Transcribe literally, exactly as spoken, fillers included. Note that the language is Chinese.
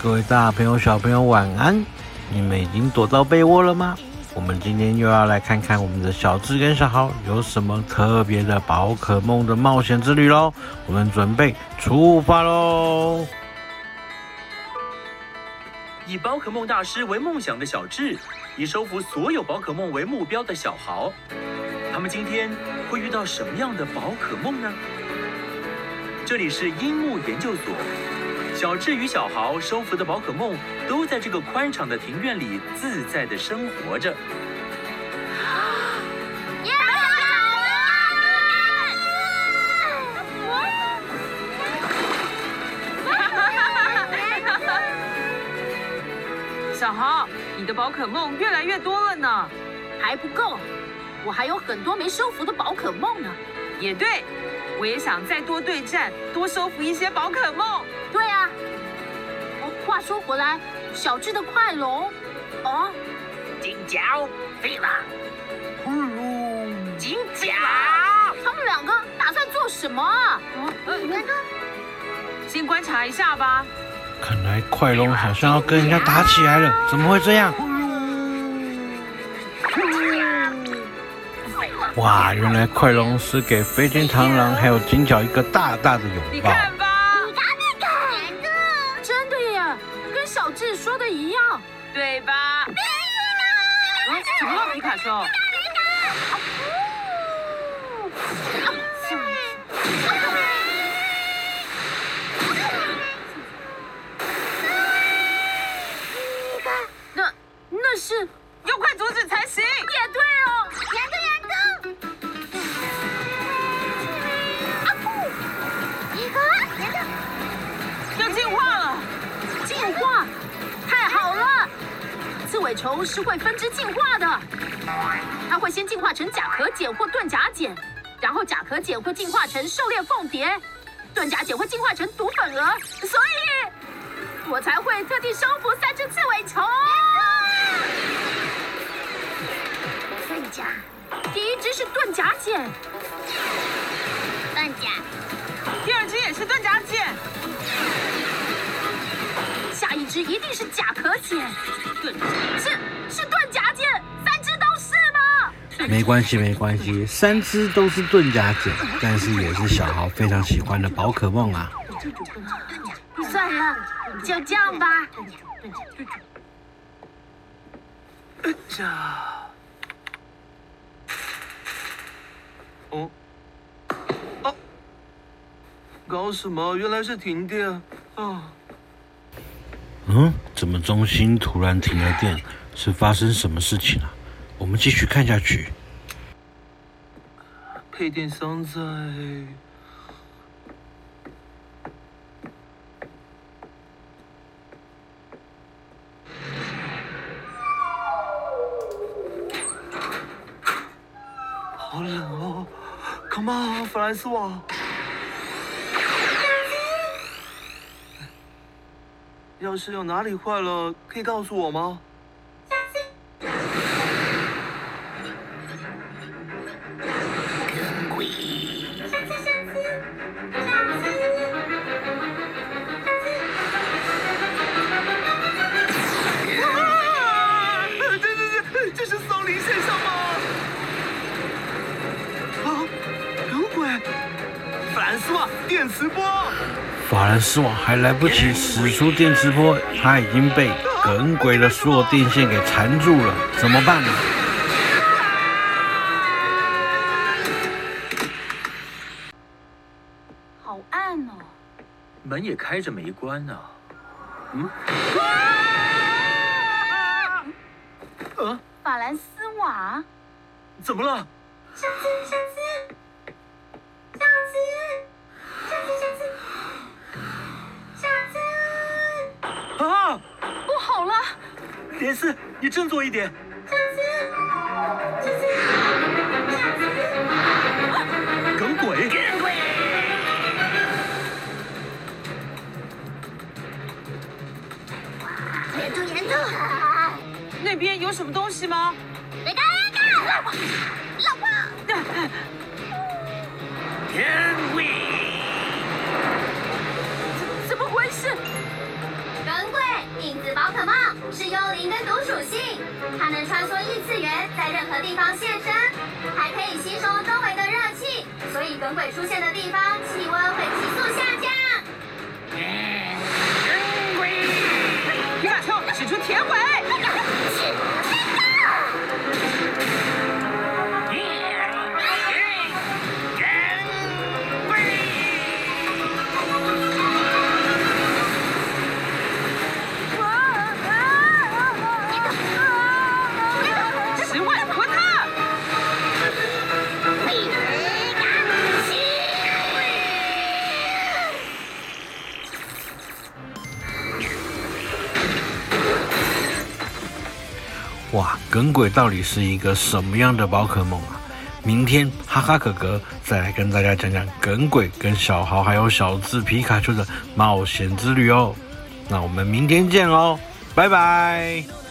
各位大朋友、小朋友晚安！你们已经躲到被窝了吗？我们今天又要来看看我们的小智跟小豪有什么特别的宝可梦的冒险之旅咯。我们准备出发咯！ 以宝可梦大师为梦想的小智，以收服所有宝可梦为目标的小豪，他们今天会遇到什么样的宝可梦呢？这里是樱木研究所，小智与小豪收服的宝可梦都在这个宽敞的庭院里自在地生活着。 小豪，你的宝可梦越来越多了呢。 还不够，我还有很多没收服的宝可梦呢。 也对，我也想再多对战，多收服一些宝可梦。 对啊。哦，话说回来，小智的快龙，哦， 金角飞了， 呼噜， 金角， 他们两个打算做什么啊？ 嗯，你看看，先观察一下吧。 看来快龙好像要跟人家打起来了，怎么会这样？哇，原来快龙是给飞天螳螂还有金角一个大大的拥抱。 你看吧， 你看那个，真的耶，跟小智说的一样， 对吧？嗯，怎么了，皮卡丘？ 那那是要快阻止才行。 也对哦，严哥严哥，啊呼，一个严哥要进化了， 进化，太好了！刺尾虫是会分支进化的，它会先进化成甲壳茧或盾甲茧，然后甲壳茧会进化成狩猎凤蝶，盾甲茧会进化成毒粉蛾，所以我才会特地收服三只刺尾虫。盾甲，第一只是盾甲茧，盾甲， 第二只也是盾甲茧， 下一只一定是甲壳茧，盾是是盾甲茧，三只都是吗？ 没关系，没关系，三只都是盾甲茧，但是也是小豪非常喜欢的宝可梦啊。 算了，就这样吧。 这，哦，哦，搞什么？原来是停电啊！ 嗯，怎么中心突然停了电？是发生什么事情啊？我们继续看下去。 配电箱在。好冷哦 ！Come on， 弗兰斯瓦。要是有哪里坏了，可以告诉我吗？ 跟鬼， 啊！这这这这是松林现象吗？啊！耿鬼，弗兰斯瓦电磁波。 法兰斯瓦还来不及使出电磁波，他已经被耿鬼的所有电线给缠住了，怎么办呢？ 好暗哦。 门也开着没关呢、啊。嗯？啊？ 法兰斯瓦， 怎么了？ 上次，上次，上次，上次，上次。 啊！ 不好了！ 莲丝，你振作一点。 上次，上次，上次。 耿鬼！ 跟鬼， 严重严重！ 那边有什么东西吗？ 那个那个，老婆，老婆， 跟鬼， 怎么回事？耿鬼， 次元在任何地方现身，还可以吸收周围的热气，所以耿鬼出现的地方气温会急速下降。 耿鬼， 皮卡丘使出铁尾。 哇，耿鬼到底是一个什么样的宝可梦啊？明天哈哈哥哥再来跟大家讲讲耿鬼跟小豪还有小智皮卡丘的冒险之旅哦。那我们明天见哦，拜拜。